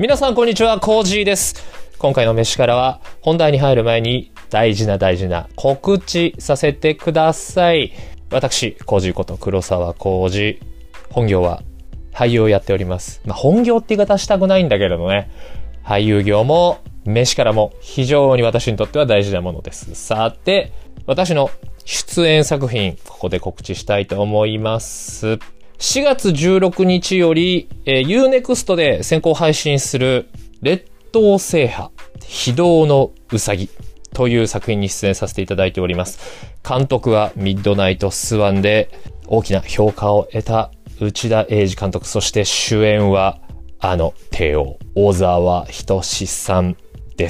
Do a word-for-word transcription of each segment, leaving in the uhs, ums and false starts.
皆さんこんにちは、コージーです。今回の飯からは本題に入る前に大事な大事な告知させてください。私、コージーこと黒沢コージー。本業は俳優をやっております。まあ、本業って言い方したくないんだけれどね。俳優業も飯からも非常に私にとっては大事なものです。さて、私の出演作品、ここで告知したいと思います。しがつじゅうろくにちより、えー、ユーネクスト で先行配信する列島制覇非道のうさぎという作品に出演させていただいております。監督はミッドナイトスワンで大きな評価を得た内田英二監督、そして主演はあの帝王小沢仁志さんです。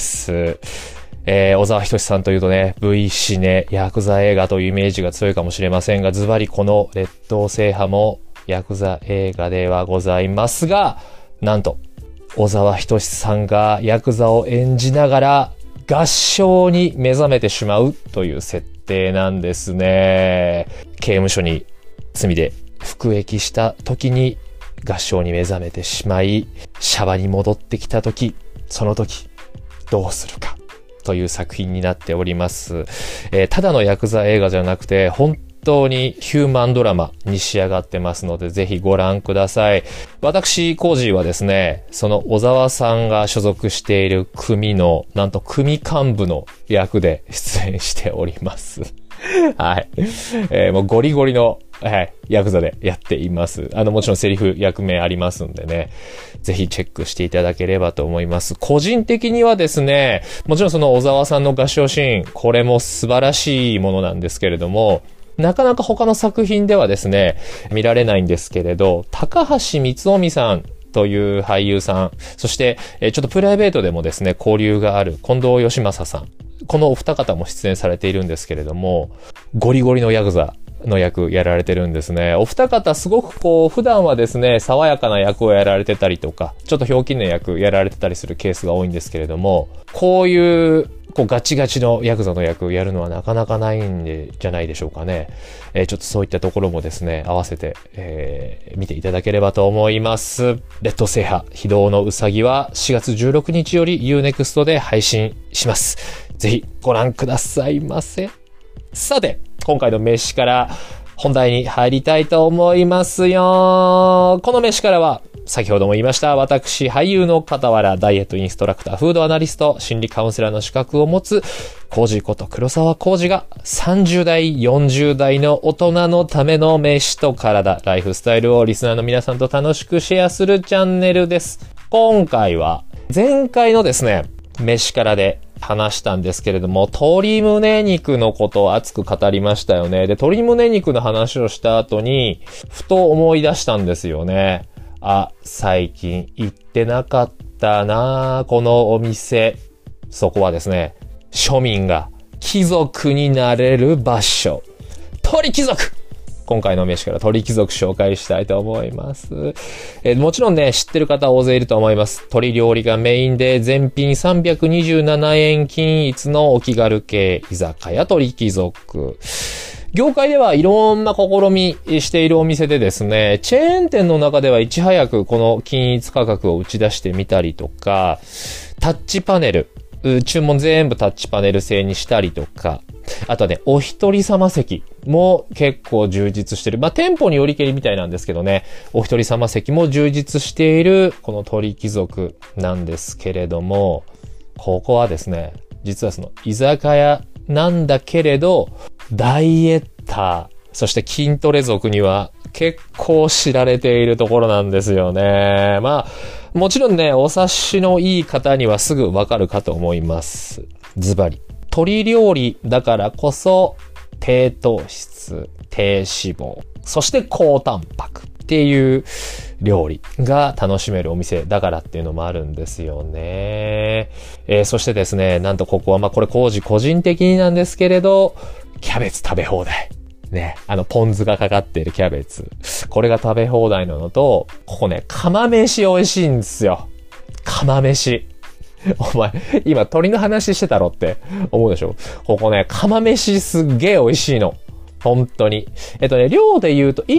えー、小沢仁志さんというとね、V シネ、ヤクザ映画というイメージが強いかもしれませんが、ズバリこの列島制覇もヤクザ映画ではございますが、なんと小沢仁志さんがヤクザを演じながら合唱に目覚めてしまうという設定なんですね。刑務所に罪で服役した時に合唱に目覚めてしまい、シャバに戻ってきた時、その時どうするかという作品になっております。えー、ただのヤクザ映画じゃなくて本当にヒューマンドラマに仕上がってますので、ぜひご覧ください。私、コージーはですね、その小沢さんが所属している組の、なんと組幹部の役で出演しております。はい。えー、もうゴリゴリの、はい、ヤクザでやっています。あの、もちろんセリフ、役名ありますんでね、ぜひチェックしていただければと思います。個人的にはですね、もちろんその小沢さんの合唱シーン、これも素晴らしいものなんですけれども、なかなか他の作品ではですね、見られないんですけれど、高橋光臣さんという俳優さん、そして、ちょっとプライベートでもですね、交流がある近藤義正さん。このお二方も出演されているんですけれども、ゴリゴリのヤクザの役やられてるんですね。お二方すごくこう、普段はですね、爽やかな役をやられてたりとか、ちょっとひょうきんな役やられてたりするケースが多いんですけれども、こういうこうガチガチのヤクザの役やるのはなかなかないんでじゃないでしょうかね。えー、ちょっとそういったところもですね、合わせて、えー、見ていただければと思います。列島制覇非道のうさぎはしがつじゅうろくにちより ユーネクスト で配信します。ぜひご覧くださいませ。さて、今回の飯から本題に入りたいと思いますよ。この飯からは先ほども言いました、私俳優の傍らダイエットインストラクター、フードアナリスト、心理カウンセラーの資格を持つコージーこと黒沢コージがさんじゅうだい、よんじゅうだいの大人のための飯と体、ライフスタイルをリスナーの皆さんと楽しくシェアするチャンネルです。今回は前回のですね、飯からで話したんですけれども、鶏胸肉のことを熱く語りましたよね。で、鶏胸肉の話をした後にふと思い出したんですよね。あ、最近行ってなかったな、このお店。そこはですね、庶民が貴族になれる場所。鳥貴族。今回の飯から鳥貴族紹介したいと思います。えー、もちろんね、知ってる方大勢いると思います。鶏料理がメインで全品さんびゃくにじゅうななえん均一のお気軽系居酒屋鳥貴族。業界ではいろんな試みしているお店でですね、チェーン店の中ではいち早くこの均一価格を打ち出してみたりとか、タッチパネル、注文全部タッチパネル製にしたりとか、あとはね、お一人様席も結構充実してる。まあ、店舗によりけりみたいなんですけどね、お一人様席も充実しているこの鳥貴族なんですけれども、ここはですね、実はその居酒屋なんだけれど、ダイエッター、そして筋トレ族には結構知られているところなんですよね。まあ、もちろんね、お察しのいい方にはすぐわかるかと思います。ズバリ。鶏料理だからこそ、低糖質、低脂肪、そして高タンパクっていう料理が楽しめるお店だからっていうのもあるんですよね。えー、そしてですね、なんとここは、まあこれ工事個人的になんですけれど、キャベツ食べ放題。ね。あの、ポン酢がかかっているキャベツ。これが食べ放題なのと、ここね、釜飯美味しいんですよ。釜飯。お前、今鳥の話してたろって思うでしょ。ここね、釜飯すっげえ美味しいの。本当に。えっとね、量で言うといっ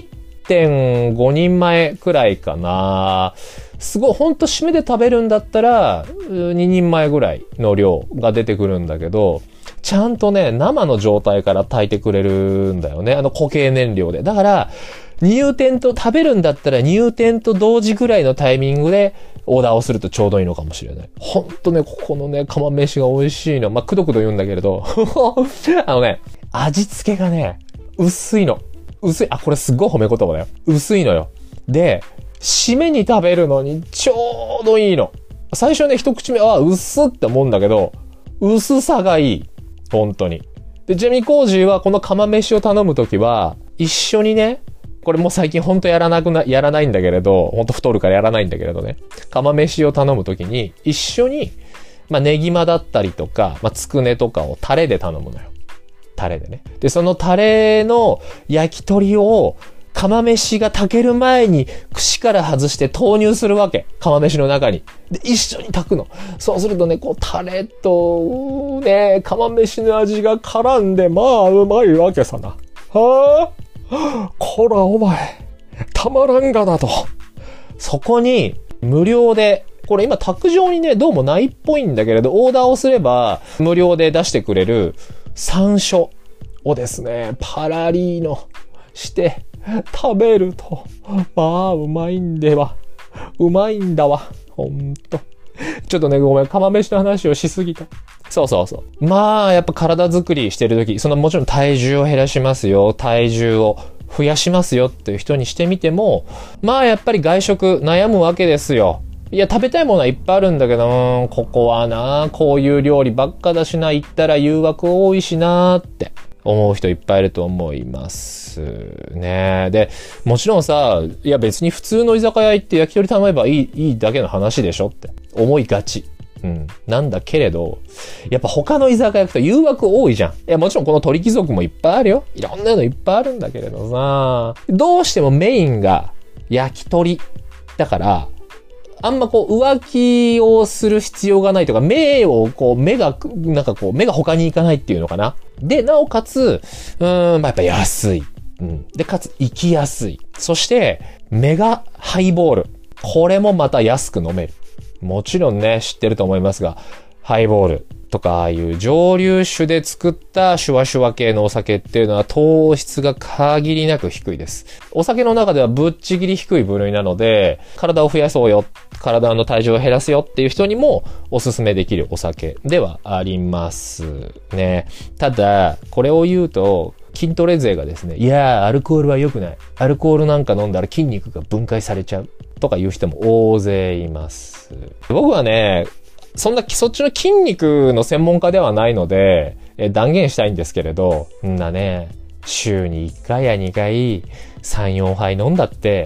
てんごにんまえくらいかな。すごい、ほんと締めで食べるんだったら、ににんまえぐらいの量が出てくるんだけど、ちゃんとね、生の状態から炊いてくれるんだよね。あの固形燃料で。だから、入店と食べるんだったら入店と同時ぐらいのタイミングでオーダーをするとちょうどいいのかもしれない。ほんとね、ここのね、釜飯が美味しいの。まあ、くどくど言うんだけれど。あのね、味付けがね、薄いの。薄い。あ、これすっごい褒め言葉だよ。薄いのよ。で、締めに食べるのにちょうどいいの。最初ね、一口目は薄って思うんだけど、薄さがいい。本当に。で、ジェミコージーはこの釜飯を頼むときは、一緒にね、これもう最近ほんとやらなくな、やらないんだけれど、ほんと太るからやらないんだけれどね。釜飯を頼むときに、一緒に、まあ、ネギマだったりとか、まあ、つくねとかをタレで頼むのよ。タレでね。で、そのタレの焼き鳥を、釜飯が炊ける前に串から外して投入するわけ。釜飯の中に。で、一緒に炊くの。そうするとね、こう、タレと、ね、釜飯の味が絡んで、まあ、うまいわけさな。はぁ、こら、お前、たまらんがなと。そこに、無料で、これ今、卓上にね、どうもないっぽいんだけれど、オーダーをすれば、無料で出してくれる山椒をですね、パラリーノして、食べると、まあ、うまいんでは。うまいんだわ。ほんと。ちょっとね、ごめん、釜飯の話をしすぎた。そうそうそう。まあ、やっぱ体作りしてるとき、そのもちろん体重を減らしますよ。体重を増やしますよっていう人にしてみても、まあ、やっぱり外食悩むわけですよ。いや、食べたいものはいっぱいあるんだけど、うーん、ここはな、こういう料理ばっかだしな、行ったら誘惑多いしなって思う人いっぱいいると思いますね。で、もちろんさ、いや別に普通の居酒屋行って焼き鳥頼めばいい、いいだけの話でしょって思いがち。うん。なんだけれど、やっぱ他の居酒屋行くと誘惑多いじゃん。いやもちろんこの鳥貴族もいっぱいあるよ。いろんなのいっぱいあるんだけれどさ、どうしてもメインが焼き鳥だから、あんまこう浮気をする必要がないとか、目をこう、目が、なんかこう、目が他に行かないっていうのかな。で、なおかつ、うーん、まあ、やっぱ安い。うん。で、かつ、行きやすい。そして、メガハイボール。これもまた安く飲める。もちろんね、知ってると思いますが、ハイボールとか、ああいう蒸留酒で作ったシュワシュワ系のお酒っていうのは糖質が限りなく低いです。お酒の中ではぶっちぎり低い部類なので、体を増やそうよ、体の体重を減らすよっていう人にもおすすめできるお酒ではありますね。ただ、これを言うと、筋トレ勢がですね、いやー、アルコールは良くない。アルコールなんか飲んだら筋肉が分解されちゃう。とか言う人も大勢います。僕はね、そんな、そっちの筋肉の専門家ではないので、え断言したいんですけれど、んなね、週にいっかいやにかい、さん、よんはい飲んだって、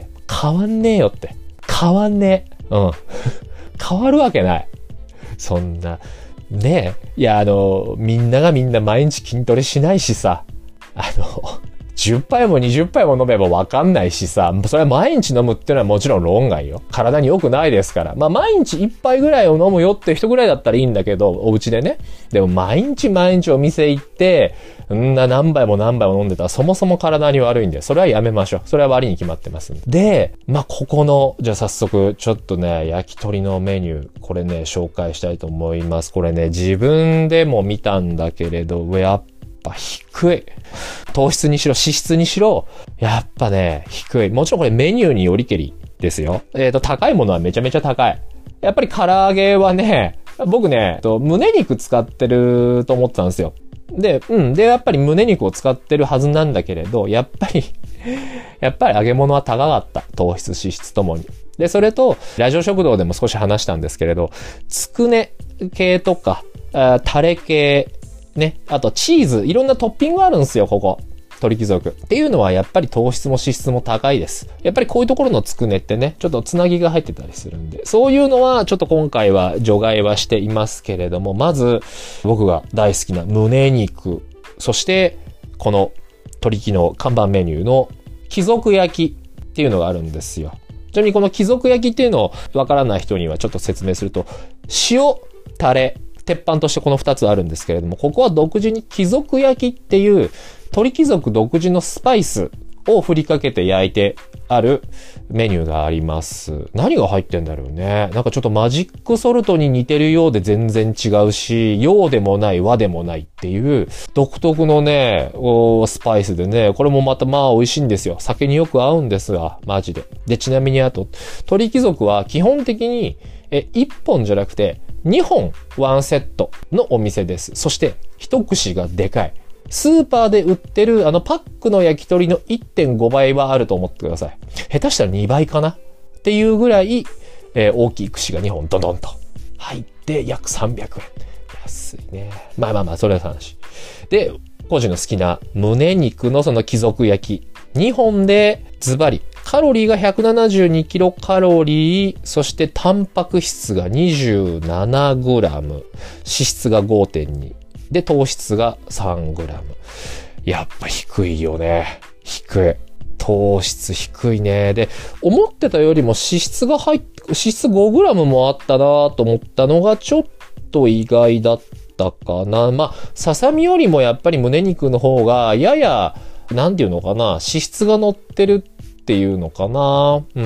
変わんねえよって。変わんねえ。うん。変わるわけない。そんな、ねえ。いや、あの、みんながみんな毎日筋トレしないしさ、あの、じゅっぱいもにじゅっぱいも飲めばわかんないしさ、それは毎日飲むっていうのはもちろん論外よ。体に良くないですから。まあ毎日いっぱいぐらいを飲むよって人ぐらいだったらいいんだけど、お家でね。でも毎日毎日お店行って、んな何杯も何杯も飲んでたらそもそも体に悪いんで、それはやめましょう。それは悪いに決まってますんで。で、まあここの、じゃあ早速ちょっとね、焼き鳥のメニュー、これね、紹介したいと思います。これね、自分でも見たんだけれど、やっぱ低い。糖質にしろ脂質にしろ、やっぱね、低い。もちろんこれメニューによりけりですよ。えっと、高いものはめちゃめちゃ高い。やっぱり唐揚げはね、僕ね、胸肉使ってると思ってたんですよ。で、うん。で、やっぱり胸肉を使ってるはずなんだけれど、やっぱり、やっぱり揚げ物は高かった。糖質、脂質ともに。で、それと、ラジオ食堂でも少し話したんですけれど、つくね系とか、タレ系、ね。あとチーズ、いろんなトッピングあるんですよ、ここ。鳥貴族。っていうのはやっぱり糖質も脂質も高いです。やっぱりこういうところのつくねってね、ちょっとつなぎが入ってたりするんで、そういうのはちょっと今回は除外はしていますけれども、まず僕が大好きな胸肉、そしてこの鳥貴の看板メニューの貴族焼きっていうのがあるんですよ。ちなみにこの貴族焼きっていうのをわからない人にはちょっと説明すると、塩、タレ、鉄板としてこのふたつあるんですけれども、ここは独自に貴族焼きっていう鳥貴族独自のスパイスを振りかけて焼いてあるメニューがあります。何が入ってんだろうね。なんかちょっとマジックソルトに似てるようで全然違うし、洋でもない和でもないっていう独特のね、スパイスでね、これもまたまあ美味しいんですよ。酒によく合うんですが、マジで。で、ちなみにあと、鳥貴族は基本的にえいっぽんじゃなくてにほんワンセットのお店です。そして一串がでかい。スーパーで売ってるあのパックの焼き鳥の いってんご 倍はあると思ってください。下手したらにばいかなっていうぐらい、えー、大きい串がにほんドドンと入って約さんびゃくえん。安いね。まあまあまあ、それは話。で、個人の好きな胸肉のその貴族焼き。にほんでズバリ。カロリーが ひゃくななじゅうにキロカロリー、そしてタンパク質が にじゅうななグラム、脂質が ごてんに。で、糖質が さんグラム。やっぱ低いよね。低い。糖質低いね。で、思ってたよりも脂質が入っ、脂質 ごグラム もあったなと思ったのがちょっと意外だったかな。まあ、ささみよりもやっぱり胸肉の方がやや、なんていうのかな、脂質が乗ってるっていうのかな、うん、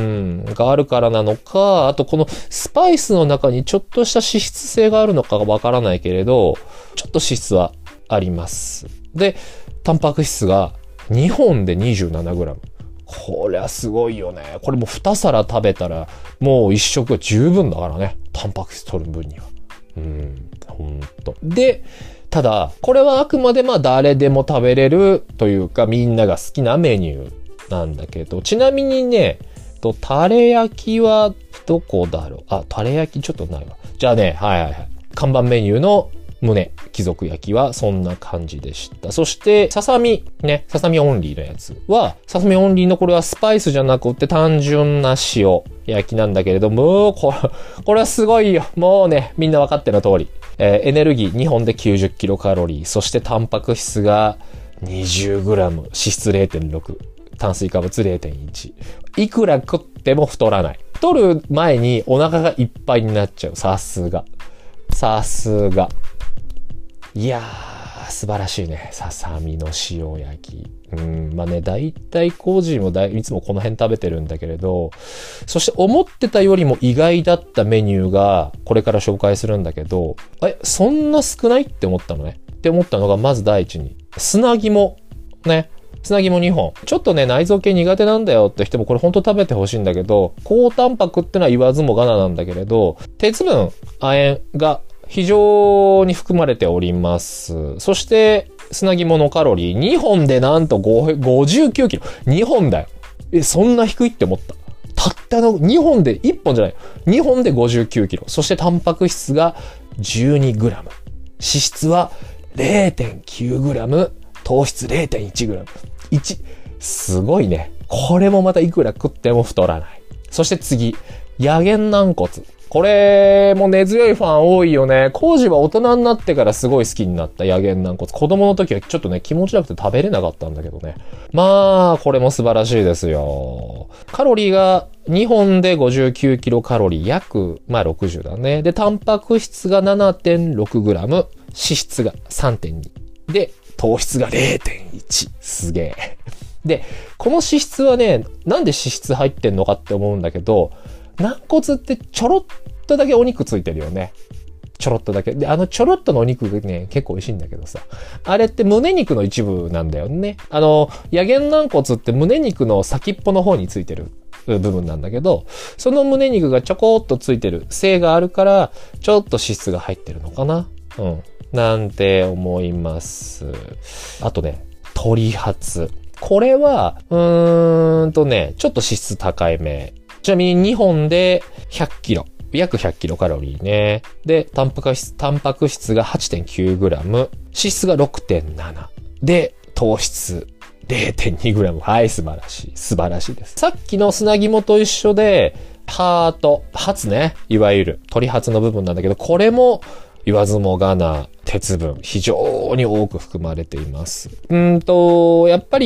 があるからなのか、あとこのスパイスの中にちょっとした脂質性があるのかわからないけれど、ちょっと脂質はあります。で、タンパク質がにほんで にじゅうななグラム。これはすごいよね。これもうに皿食べたらもう一食は十分だからね。タンパク質取る分には。うん、ほんと。で、ただ、これはあくまでまあ誰でも食べれるというかみんなが好きなメニューなんだけど、ちなみにね、と、タレ焼きはどこだろう。あ、タレ焼きちょっとないわ。じゃあね、はいはいはい。看板メニューの胸、貴族焼きはそんな感じでした。そして、ささみ、ね、ささみオンリーのやつは、ささみオンリーのこれはスパイスじゃなくて単純な塩焼きなんだけれども、これ、これはすごいよ。もうね、みんなわかってる通り。えー、エネルギーにほんできゅうじゅっキロカロリー、そしてタンパク質がにじゅうグラム、脂質 れいてんろく。炭水化物 れいてんいち。いくら食っても太らない。太る前にお腹がいっぱいになっちゃう。さすが。さすが。いやー、素晴らしいね。ささみの塩焼き。うん、まあね、だいたいコージーもだい、いつもこの辺食べてるんだけれど、そして思ってたよりも意外だったメニューが、これから紹介するんだけど、え、そんな少ないって思ったのね。って思ったのが、まず第一に、砂肝。ね。砂肝にほん。ちょっとね、内臓系苦手なんだよって人もこれほんと食べてほしいんだけど、高タンパクってのは言わずもがななんだけれど、鉄分、亜鉛が非常に含まれております。そして、砂肝のカロリーにほんでなんとごじゅうきゅうキロ。にほんだよ。え、そんな低いって思った。たったのにほんで、いっぽんじゃない。にほんでごじゅうきゅうキロ。そしてタンパク質がじゅうにグラム。脂質は れいてんきゅうグラム。糖質 れいてんいちグラム。いち。すごいね。これもまたいくら食っても太らない。そして次、野源軟骨。これも根強いファン多いよね。コウジは大人になってからすごい好きになった野源軟骨。子供の時はちょっとね、気持ち悪くて食べれなかったんだけどね。まあ、これも素晴らしいですよ。カロリーがにほんでごじゅうきゅうキロカロリー、約、まあろくじゅうだね。で、タンパク質が ななてんろくグラム、脂質が さんてんに。で、糖質が れいてんいち。すげえ。で、この脂質はね、なんで脂質入ってんのかって思うんだけど、軟骨ってちょろっとだけお肉ついてるよね。ちょろっとだけ。で、あのちょろっとのお肉がね、結構美味しいんだけどさ。あれって胸肉の一部なんだよね。あの、野源軟骨って胸肉の先っぽの方についてる部分なんだけど、その胸肉がちょこっとついてる性があるから、ちょっと脂質が入ってるのかな。うん。なんて思います。あとね、鶏ハツ。これは、うーんとね、ちょっと脂質高いめ。ちなみににほんでひゃくキロ。約ひゃくキロカロリーね。で、タンパク質、タンパク質が はちてんきゅうグラム。脂質が ろくてんなな。で、糖質 れいてんにグラム。はい、素晴らしい。素晴らしいです。さっきの砂肝と一緒で、ハート、ハツね。いわゆる鶏ハツの部分なんだけど、これも、言わずもがな鉄分非常に多く含まれています。うんと、やっぱり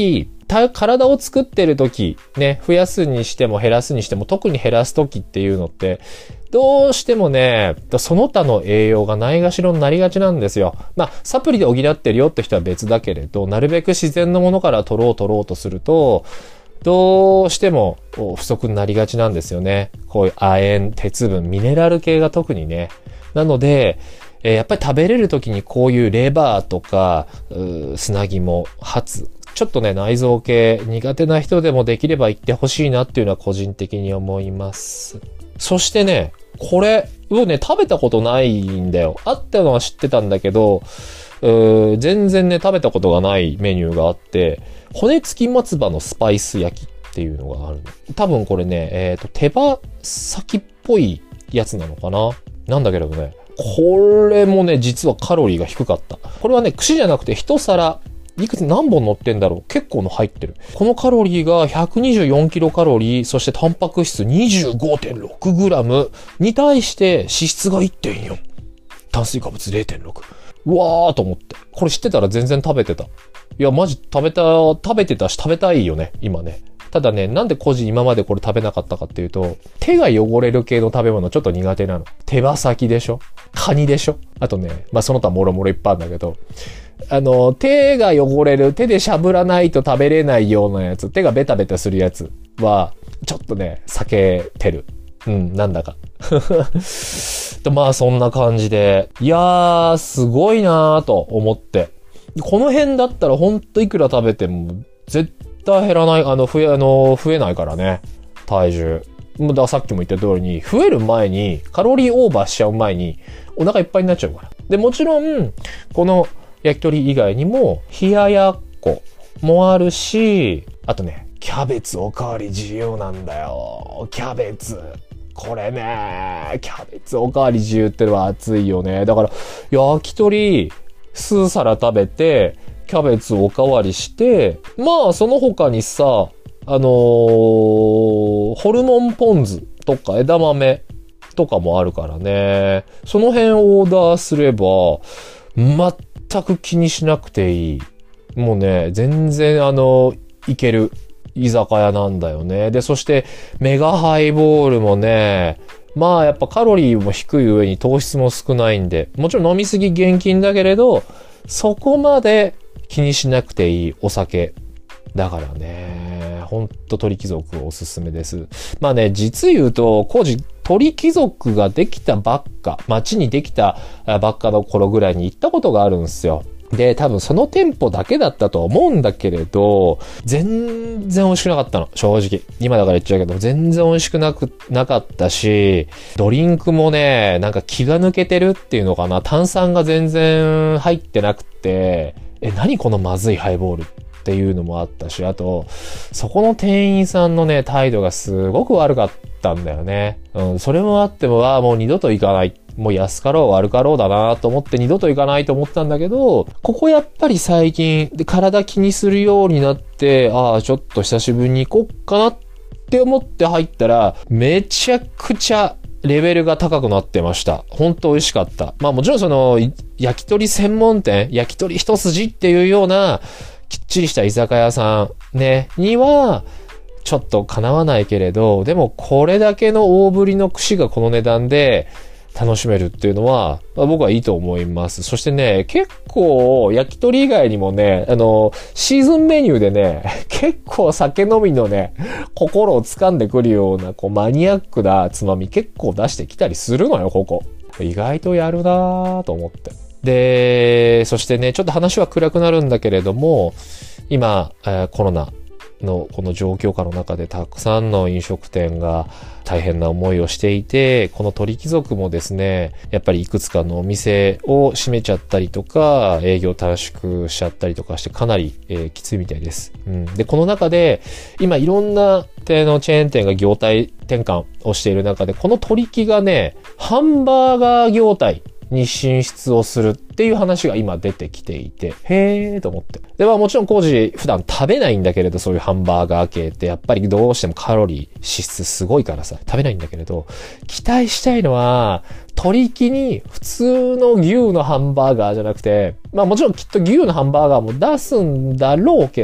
体を作ってる時、ね、増やすにしても減らすにしても、特に減らす時っていうのって、どうしてもね、その他の栄養がないがしろになりがちなんですよ。まあ、サプリで補ってるよって人は別だけれど、なるべく自然のものから取ろう取ろうとすると、どうしても不足になりがちなんですよね。こういう亜鉛、鉄分、ミネラル系が特にね。なので、えー、やっぱり食べれる時にこういうレバーとか、砂肝、ハツ、ちょっとね、内臓系苦手な人でもできれば行ってほしいなっていうのは個人的に思います。そしてね、これをね、食べたことないんだよ。あったのは知ってたんだけど、うー全然ね、食べたことがないメニューがあって、骨付き松葉のスパイス焼きっていうのがあるの。多分これね、えっと、手羽先っぽいやつなのかな？なんだけれどね、これもね、実はカロリーが低かった。これはね、串じゃなくて一皿、いくつ何本乗ってんだろう？結構の入ってる。このカロリーがひゃくにじゅうよんキロカロリー、そしてタンパク質 にじゅうごてんろくグラム に対して脂質が いってんよん。炭水化物 れいてんろく。うわーと思って。これ知ってたら全然食べてた。いや、マジ食べた、食べてたし食べたいよね、今ね。ただね、なんで個人今までこれ食べなかったかっていうと、手が汚れる系の食べ物ちょっと苦手なの。手羽先でしょ？カニでしょ？あとね、まあ、その他もろもろいっぱいあるんだけど、あの、手が汚れる、手でしゃぶらないと食べれないようなやつ、手がベタベタするやつは、ちょっとね、避けてる。うん、なんだか。とまあ、そんな感じで、いやー、すごいなーと思って。この辺だったらほんといくら食べても、絶対減らない、あの、増え、あの、増えないからね。体重。だからさっきも言った通りに、増える前に、カロリーオーバーしちゃう前に、お腹いっぱいになっちゃうから。で、もちろん、この焼き鳥以外にも、冷ややっこもあるし、あとね、キャベツおかわり自由なんだよ。キャベツ。これね、キャベツおかわり自由ってのは熱いよね。だから、焼き鳥、数皿食べて、キャベツおかわりして、まあ、その他にさ、あのー、ホルモンポン酢とか枝豆とかもあるからね。その辺オーダーすれば、全く気にしなくていい。もうね、全然あの、いける居酒屋なんだよね。で、そしてメガハイボールもね、まあやっぱカロリーも低い上に糖質も少ないんで、もちろん飲みすぎ厳禁だけれど、そこまで気にしなくていいお酒。だからね、ほんと鳥貴族おすすめです。まあね、実言うと、当時鳥貴族ができたばっか、街にできたばっかの頃ぐらいに行ったことがあるんですよ。で、多分その店舗だけだったと思うんだけれど、全然美味しくなかったの、正直。今だから言っちゃうけど、全然美味しくなく、なかったし、ドリンクもね、なんか気が抜けてるっていうのかな、炭酸が全然入ってなくて、え、何このまずいハイボールっていうのもあったし、あと、そこの店員さんのね、態度がすごく悪かったんだよね。うん、それもあっても、ああ、もう二度と行かない。もう安かろう悪かろうだなと思って二度と行かないと思ったんだけど、ここやっぱり最近で体気にするようになって、ああ、ちょっと久しぶりに行こっかなって思って入ったら、めちゃくちゃレベルが高くなってました。ほんと美味しかった。まあもちろんその、焼き鳥専門店、焼き鳥一筋っていうような、きっちりした居酒屋さんね、には、ちょっと叶わないけれど、でもこれだけの大ぶりの串がこの値段で楽しめるっていうのは、まあ、僕はいいと思います。そしてね、結構焼き鳥以外にもね、あの、シーズンメニューでね、結構酒飲みのね、心を掴んでくるような、こうマニアックなつまみ結構出してきたりするのよ、ここ。意外とやるなぁと思って。で、そしてね、ちょっと話は暗くなるんだけれども、今、えー、コロナのこの状況下の中でたくさんの飲食店が大変な思いをしていて、この鳥貴族もですね、やっぱりいくつかのお店を閉めちゃったりとか、営業短縮しちゃったりとかしてかなり、えー、きついみたいです。うん。で、この中で今いろんな店のチェーン店が業態転換をしている中で、この鳥貴がね、ハンバーガー業態に進出をするっていう話が今出てきていて、へーと思って。で、まあもちろんコージ普段食べないんだけれど、そういうハンバーガー系ってやっぱりどうしてもカロリー、脂質すごいからさ、食べないんだけれど、期待したいのは、鳥貴に普通の牛のハンバーガーじゃなくて、まあもちろんきっと牛のハンバーガーも出すんだろうけど、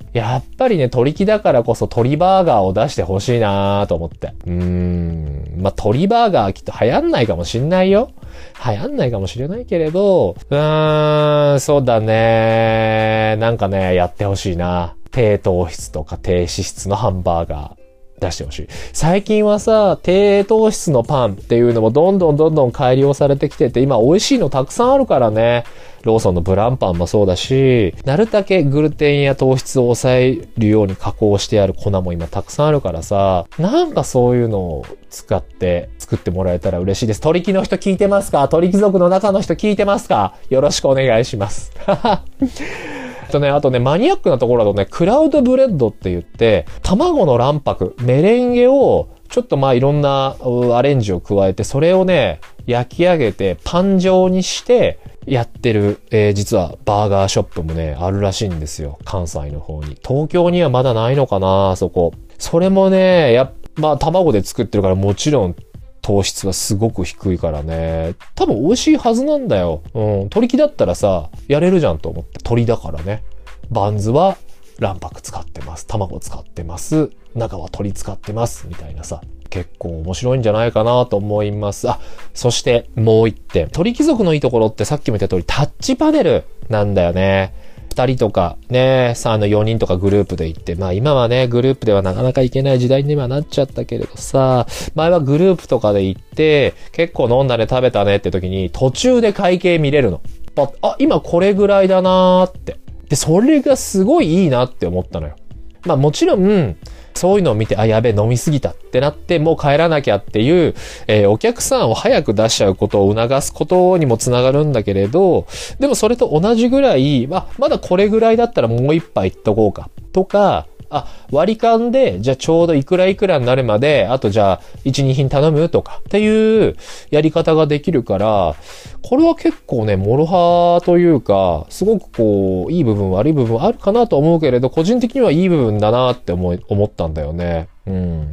やっぱりね、鳥木だからこそ鳥バーガーを出してほしいなと思って。うーん。まあ、鳥バーガーきっと流行んないかもしんないよ。流行んないかもしれないけれど、うーん、そうだね。なんかね、やってほしいな。低糖質とか低脂質のハンバーガー。出してほしい。最近はさ、低糖質のパンっていうのもどんどんどんどん改良されてきてて、今美味しいのたくさんあるからね。ローソンのブランパンもそうだし、なるだけグルテンや糖質を抑えるように加工してある粉も今たくさんあるからさ、なんかそういうのを使って作ってもらえたら嬉しいです。鳥貴の人聞いてますか？鳥貴族の中の人聞いてますか？よろしくお願いします。とね、あとね、マニアックなところだとね、クラウドブレッドって言って、卵の卵白、メレンゲを、ちょっとまあいろんなアレンジを加えて、それをね、焼き上げてパン状にしてやってる、えー、実はバーガーショップもね、あるらしいんですよ。関西の方に。東京にはまだないのかな、そこ。それもね、やっまあ卵で作ってるからもちろん、糖質はすごく低いからね。多分美味しいはずなんだよ。うん。鶏木だったらさ、やれるじゃんと思って。鶏だからね。バンズは卵白使ってます。卵使ってます。中は鶏使ってます。みたいなさ。結構面白いんじゃないかなと思います。あ、そしてもう一点。鳥貴族のいいところってさっきも言った通りタッチパネルなんだよね。二人とかね、さあのよにんとかグループで行って、まあ今はね、グループではなかなか行けない時代にはなっちゃったけれどさ、前はグループとかで行って、結構飲んだね、食べたねって時に、途中で会計見れるの。あ、今これぐらいだなーって。で、それがすごいいいなって思ったのよ。まあもちろん、そういうのを見て、あ、やべえ、飲みすぎたってなって、もう帰らなきゃっていう、えー、お客さんを早く出しちゃうことを促すことにもつながるんだけれど、でもそれと同じぐらい、まあ、まだこれぐらいだったらもう一杯いっとこうか。とか、あ、割り勘で、じゃあちょうどいくらいくらになるまで、あとじゃあ、いち、に品頼むとか、っていうやり方ができるから、これは結構ね、モロハというか、すごくこう、いい部分悪い部分あるかなと思うけれど、個人的にはいい部分だなって思い、思ったんだよね。うん。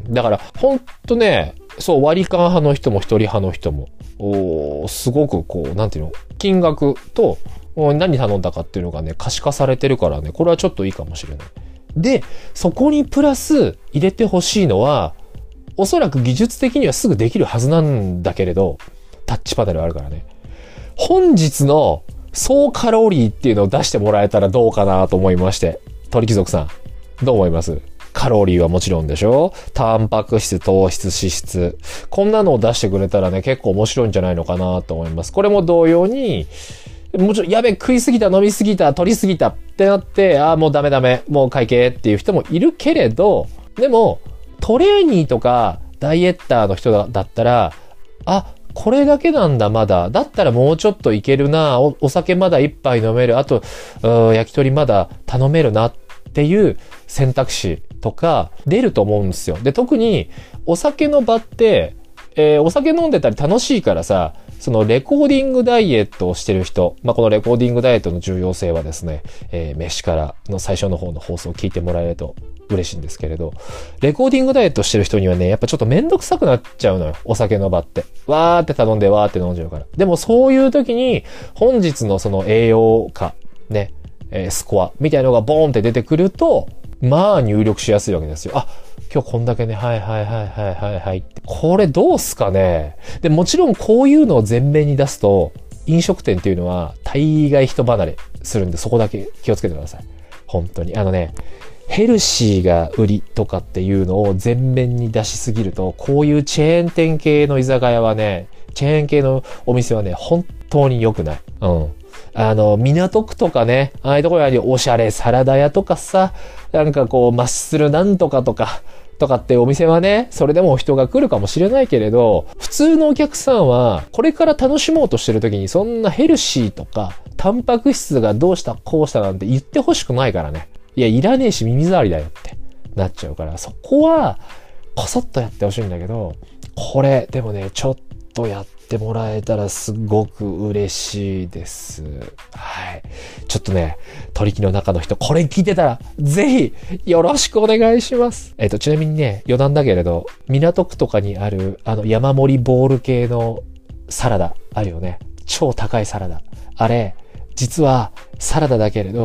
だから、ほんとね、そう、割り勘派の人も一人派の人も、おすごくこう、なんていうの、金額と、何頼んだかっていうのがね、可視化されてるからね、これはちょっといいかもしれない。で、そこにプラス入れてほしいのは、おそらく技術的にはすぐできるはずなんだけれど、タッチパネルあるからね。本日の総カロリーっていうのを出してもらえたらどうかなと思いまして。鳥貴族さん、どう思います？カロリーはもちろんでしょ？タンパク質、糖質、脂質。こんなのを出してくれたらね、結構面白いんじゃないのかなと思います。これも同様に、もちろん、やべ、食いすぎた、飲みすぎた、取りすぎたってなって、ああ、もうダメダメ、もう会計っていう人もいるけれど、でも、トレーニーとかダイエッターの人だったら、あ、これだけなんだ、まだ。だったらもうちょっといけるな、お、お酒まだ一杯飲める、あと、焼き鳥まだ頼めるなっていう選択肢とか出ると思うんですよ。で、特に、お酒の場って、えー、お酒飲んでたり楽しいからさ、そのレコーディングダイエットをしてる人、まあ、このレコーディングダイエットの重要性はですね、えー、飯からの最初の方の放送を聞いてもらえると嬉しいんですけれど、レコーディングダイエットしてる人にはね、やっぱちょっとめんどくさくなっちゃうのよ。お酒の場って。わーって頼んでわーって飲んじゃうから。でもそういう時に、本日のその栄養価、ね、えー、スコアみたいなのがボーンって出てくると、まあ入力しやすいわけですよ。あ、今日こんだけね、はいはいはいはいはいはい。これどうすかね。で、もちろんこういうのを前面に出すと、飲食店っていうのは大概人離れするんで、そこだけ気をつけてください。本当に。あのね、ヘルシーが売りとかっていうのを前面に出しすぎると、こういうチェーン店系の居酒屋はね、チェーン系のお店はね、本当に良くない。うん。あの、港区とかね、ああいうところにおしゃれサラダ屋とかさ、なんかこう、マッスルなんとかとか、とかってお店はね、それでも人が来るかもしれないけれど、普通のお客さんは、これから楽しもうとしてる時に、そんなヘルシーとか、タンパク質がどうしたこうしたなんて言ってほしくないからね。いや、いらねえし耳障りだよってなっちゃうから、そこは、こそっとやってほしいんだけど、これ、でもね、ちょっとやってもらえたらすごく嬉しいです。はい。ちょっとね、取引の中の人、これ聞いてたら、ぜひ、よろしくお願いします。えっと、ちなみにね、余談だけれど、港区とかにある、あの、山盛りボール系のサラダ、あるよね。超高いサラダ。あれ、実は、サラダだけれど、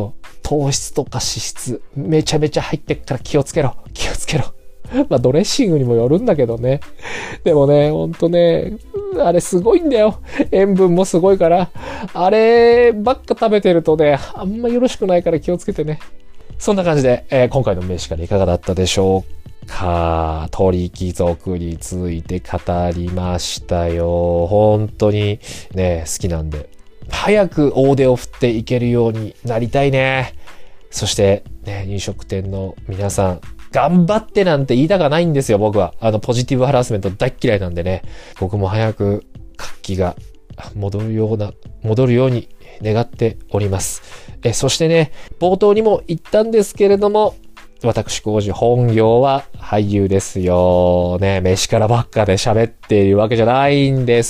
糖質とか脂質めちゃめちゃ入ってっから気をつけろ気をつけろ。まあドレッシングにもよるんだけどね。でもね、ほんとね、あれすごいんだよ。塩分もすごいから、あればっか食べてるとね、あんまよろしくないから気をつけてね。そんな感じで、えー、今回の飯からいかがだったでしょうか。鳥貴族について語りましたよ。本当にね、好きなんで。早く大手を振っていけるようになりたいね。そしてね、飲食店の皆さん、頑張ってなんて言いたかないんですよ、僕は。あの、ポジティブハラスメント大っ嫌いなんでね。僕も早く活気が戻るような、戻るように願っております。え、そしてね、冒頭にも言ったんですけれども、私、浩二本業は俳優ですよ。ね、飯からばっかで喋っているわけじゃないんです。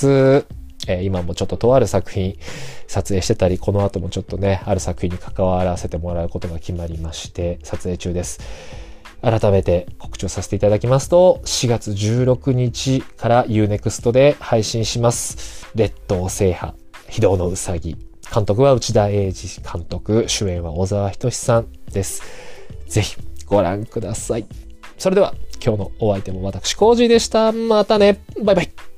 えー、今もちょっととある作品撮影してたり、この後もちょっとね、ある作品に関わらせてもらうことが決まりまして、撮影中です。改めて告知をさせていただきますと、しがつじゅうろくにちから ユーネクスト で配信します。列島制覇、非道のうさぎ。監督は内田英二監督、主演は小沢仁志さんです。ぜひご覧ください。それでは今日のお相手も私、コージーでした。またね。バイバイ。